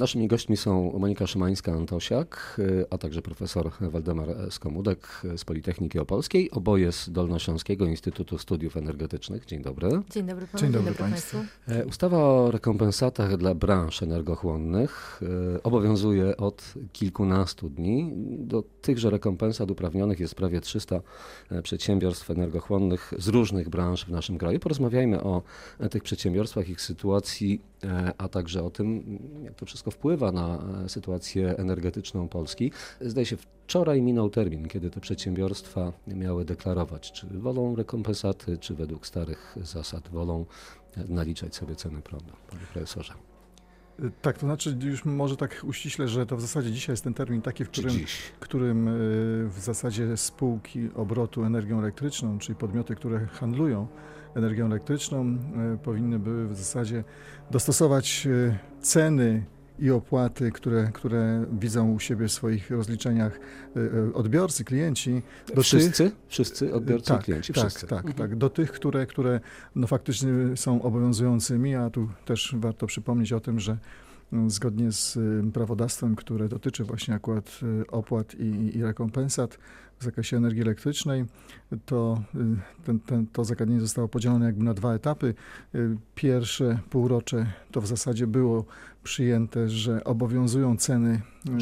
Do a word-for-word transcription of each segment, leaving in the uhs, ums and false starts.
Naszymi gośćmi są Monika Szymańska-Antosiak, a także profesor Waldemar Skomudek z Politechniki Opolskiej, oboje z Dolnośląskiego Instytutu Studiów Energetycznych. Dzień dobry. Dzień dobry panu, dzień dobry, dzień dobry państwu. państwu. Ustawa o rekompensatach dla branż energochłonnych obowiązuje od kilkunastu dni. Do tychże rekompensat uprawnionych jest prawie trzysta przedsiębiorstw energochłonnych z różnych branż w naszym kraju. Porozmawiajmy o tych przedsiębiorstwach, ich sytuacji, a także o tym, jak to wszystko wpływa na sytuację energetyczną Polski. Zdaje się, wczoraj minął termin, kiedy te przedsiębiorstwa miały deklarować, czy wolą rekompensaty, czy według starych zasad wolą naliczać sobie ceny prądu. Panie profesorze. Tak, to znaczy już może tak uściśle, że to w zasadzie dzisiaj jest ten termin taki, w którym, dziś? którym w zasadzie spółki obrotu energią elektryczną, czyli podmioty, które handlują energią elektryczną, powinny były w zasadzie dostosować ceny i opłaty, które, które widzą u siebie w swoich rozliczeniach odbiorcy, klienci. Do Wszyscy? Tych, Wszyscy odbiorcy tak, i klienci? Tak, Wszyscy. tak, Mhm. tak. Do tych, które, które no faktycznie są obowiązującymi, a tu też warto przypomnieć o tym, że zgodnie z prawodawstwem, które dotyczy właśnie akurat opłat i, i rekompensat w zakresie energii elektrycznej, to ten, ten, to zagadnienie zostało podzielone jakby na dwa etapy. Pierwsze półrocze to w zasadzie było przyjęte, że obowiązują ceny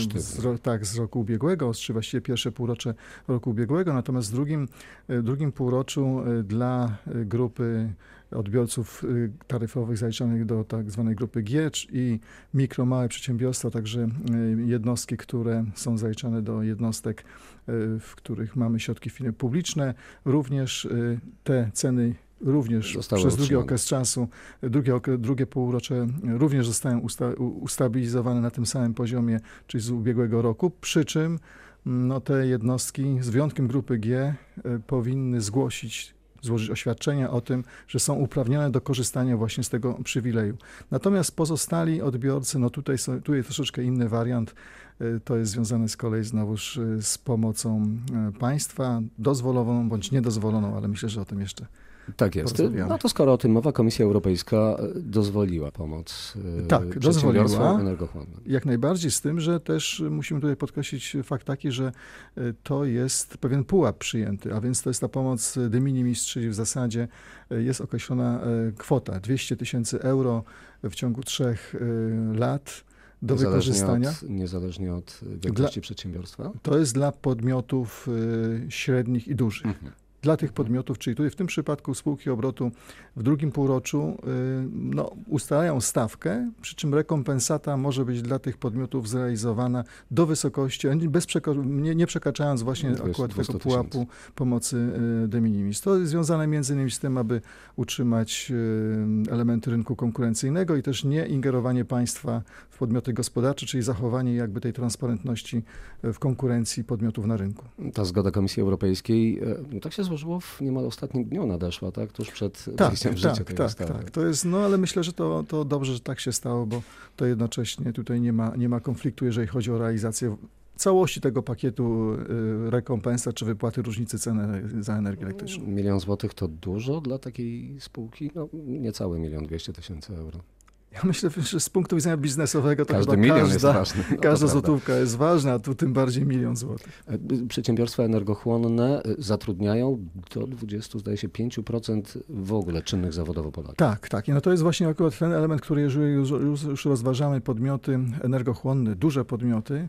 z, tak, z roku ubiegłego, czy właściwie pierwsze półrocze roku ubiegłego, natomiast w drugim, w drugim półroczu dla grupy odbiorców taryfowych zaliczonych do tak zwanej grupy G i mikro, małe przedsiębiorstwa, także jednostki, które są zaliczane do jednostek, w których mamy środki publiczne, również te ceny również Zostały przez długi utrzymane. okres czasu, drugie, drugie półrocze również zostają usta, ustabilizowane na tym samym poziomie, czyli z ubiegłego roku, przy czym no, te jednostki z wyjątkiem grupy G powinny zgłosić złożyć oświadczenia o tym, że są uprawnione do korzystania właśnie z tego przywileju. Natomiast pozostali odbiorcy, no tutaj, są, tu jest troszeczkę inny wariant, to jest związane z kolei znowuż z pomocą państwa, dozwoloną bądź niedozwoloną, ale myślę, że o tym jeszcze Tak jest. No to skoro o tym mowa, Komisja Europejska dozwoliła pomoc tak, przedsiębiorstwom energochłonnym. Jak najbardziej, z tym, że też musimy tutaj podkreślić fakt taki, że to jest pewien pułap przyjęty, a więc to jest ta pomoc de minimis, czyli w zasadzie jest określona kwota dwieście tysięcy euro w ciągu trzech lat do niezależnie wykorzystania. Od, niezależnie od wielkości dla, przedsiębiorstwa? To jest dla podmiotów średnich i dużych. Mhm. Dla tych podmiotów, czyli tutaj w tym przypadku spółki obrotu w drugim półroczu no, ustalają stawkę, przy czym rekompensata może być dla tych podmiotów zrealizowana do wysokości, bez nie, nie przekraczając właśnie akurat tego pułapu pomocy de minimis. To jest związane między innymi z tym, aby utrzymać elementy rynku konkurencyjnego i też nie ingerowanie państwa w podmioty gospodarcze, czyli zachowanie jakby tej transparentności w konkurencji podmiotów na rynku. Ta zgoda Komisji Europejskiej, no tak się złożyło, w niemal ostatnim dniu nadeszła, tak? Tuż przed tak, wejściem w życie tak, tej tak, ustawy. Tak, to jest, no ale myślę, że to, to dobrze, że tak się stało, bo to jednocześnie tutaj nie ma, nie ma konfliktu, jeżeli chodzi o realizację całości tego pakietu rekompensat czy wypłaty różnicy ceny za energię elektryczną. Milion złotych to dużo dla takiej spółki? No niecałe milion dwieście tysięcy euro. Ja myślę, że z punktu widzenia biznesowego to każdy chyba milion każda, jest ważny. No każda złotówka jest ważna, a tu tym bardziej milion złotych. Przedsiębiorstwa energochłonne zatrudniają do dwudziestu, zdaje się, pięć procent w ogóle czynnych zawodowo Polaków. Tak, tak. I no to jest właśnie akurat ten element, który jeżeli już, już rozważamy podmioty energochłonne, duże podmioty,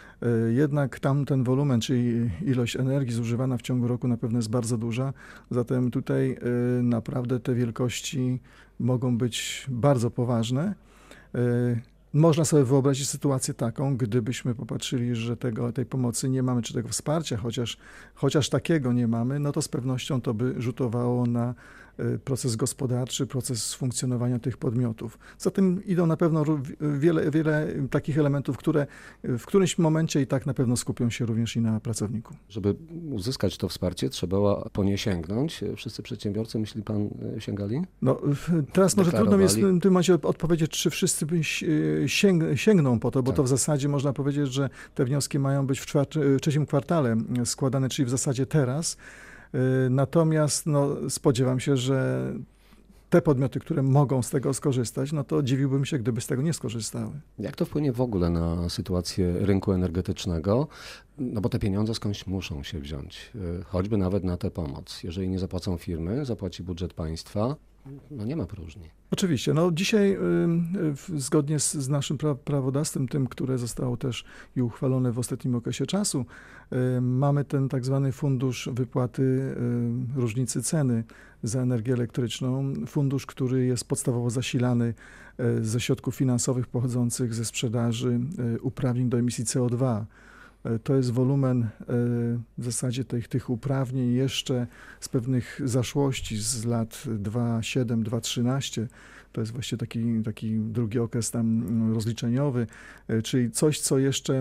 jednak tam ten wolumen, czyli ilość energii zużywana w ciągu roku na pewno jest bardzo duża, zatem tutaj naprawdę te wielkości mogą być bardzo poważne. Można sobie wyobrazić sytuację taką, gdybyśmy popatrzyli, że tego, tej pomocy nie mamy, czy tego wsparcia, chociaż, chociaż takiego nie mamy, no to z pewnością to by rzutowało na proces gospodarczy, proces funkcjonowania tych podmiotów. Za tym idą na pewno wiele, wiele takich elementów, które w którymś momencie i tak na pewno skupią się również i na pracowniku. Żeby uzyskać to wsparcie, trzeba po nie sięgnąć. Wszyscy przedsiębiorcy, myśli pan, sięgali? No, teraz może trudno mi jest w tym momencie odpowiedzieć, czy wszyscy sięg, sięgną po to, bo tak. To w zasadzie można powiedzieć, że te wnioski mają być w, czwarty, w trzecim kwartale składane, czyli w zasadzie teraz. Natomiast no, spodziewam się, że te podmioty, które mogą z tego skorzystać, no to dziwiłbym się, gdyby z tego nie skorzystały. Jak to wpłynie w ogóle na sytuację rynku energetycznego? No bo te pieniądze skądś muszą się wziąć, choćby nawet na tę pomoc. Jeżeli nie zapłacą firmy, zapłaci budżet państwa, no nie ma próżni. Oczywiście. No dzisiaj y, y, zgodnie z, z naszym pra, prawodawstwem, tym, które zostało też i uchwalone w ostatnim okresie czasu, y, mamy ten tak zwany fundusz wypłaty y, różnicy ceny za energię elektryczną. Fundusz, który jest podstawowo zasilany y, ze środków finansowych pochodzących ze sprzedaży y, uprawnień do emisji C O dwa. To jest wolumen w zasadzie tych, tych uprawnień jeszcze z pewnych zaszłości z lat dwa tysiące siódmego do dwa tysiące trzynastego. To jest właśnie taki, taki drugi okres tam rozliczeniowy, czyli coś, co jeszcze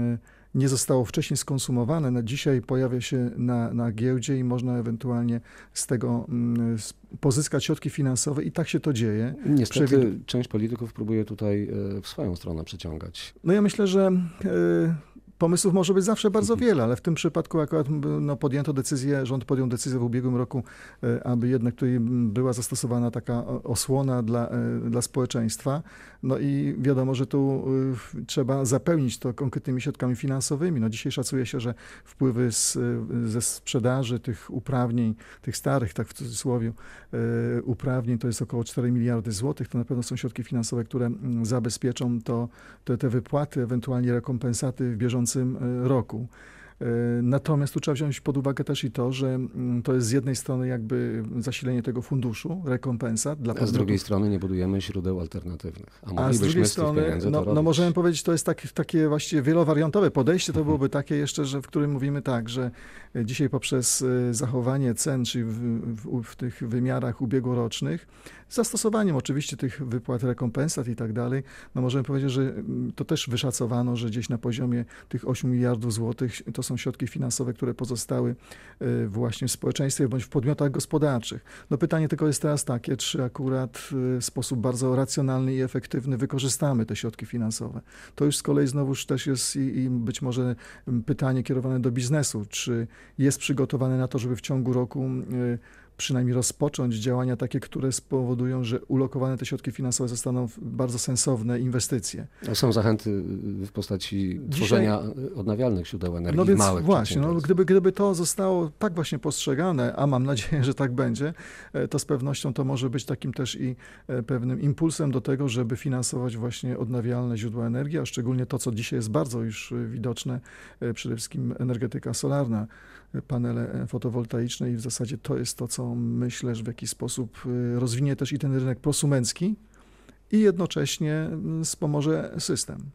nie zostało wcześniej skonsumowane. Na dzisiaj pojawia się na, na giełdzie i można ewentualnie z tego pozyskać środki finansowe i tak się to dzieje. Niestety Przewidu- część polityków próbuje tutaj w swoją stronę przyciągać. No ja myślę, że pomysłów może być zawsze bardzo wiele, ale w tym przypadku akurat no, podjęto decyzję, rząd podjął decyzję w ubiegłym roku, aby jednak tutaj była zastosowana taka osłona dla, dla społeczeństwa. No i wiadomo, że tu trzeba zapełnić to konkretnymi środkami finansowymi. No dzisiaj szacuje się, że wpływy z, ze sprzedaży tych uprawnień, tych starych, tak w cudzysłowie, uprawnień to jest około cztery miliardy złotych. To na pewno są środki finansowe, które zabezpieczą to, te, te wypłaty, ewentualnie rekompensaty w bieżącym roku. Natomiast tu trzeba wziąć pod uwagę też i to, że to jest z jednej strony jakby zasilenie tego funduszu, rekompensat dla A z podmiotów. drugiej strony nie budujemy źródeł alternatywnych. A, A z drugiej z strony, pieniędzy no, to no robić. możemy powiedzieć, to jest tak, takie właściwie wielowariantowe podejście, to byłoby takie jeszcze, że w którym mówimy tak, że dzisiaj poprzez zachowanie cen, czyli w, w, w tych wymiarach ubiegłorocznych, z zastosowaniem oczywiście tych wypłat rekompensat i tak dalej, no możemy powiedzieć, że to też wyszacowano, że gdzieś na poziomie tych ośmiu miliardów złotych to są środki finansowe, które pozostały właśnie w społeczeństwie bądź w podmiotach gospodarczych. No pytanie tylko jest teraz takie, czy akurat w sposób bardzo racjonalny i efektywny wykorzystamy te środki finansowe. To już z kolei znowuż też jest i, i być może pytanie kierowane do biznesu, czy jest przygotowany na to, żeby w ciągu roku przynajmniej rozpocząć działania takie, które spowodują, że ulokowane te środki finansowe zostaną w bardzo sensowne inwestycje. Są zachęty w postaci Dzisiaj, tworzenia odnawialnych źródeł energii no więc małych właśnie, no, gdyby, gdyby to zostało tak właśnie postrzegane, a mam nadzieję, że tak będzie, to z pewnością to może być takim też i pewnym impulsem do tego, żeby finansować właśnie odnawialne źródła energii, a szczególnie to, co dzisiaj jest bardzo już widoczne, przede wszystkim energetyka solarna, panele fotowoltaiczne i w zasadzie to jest to, co myślę, że w jakiś sposób rozwinie też i ten rynek prosumencki i jednocześnie wspomoże system.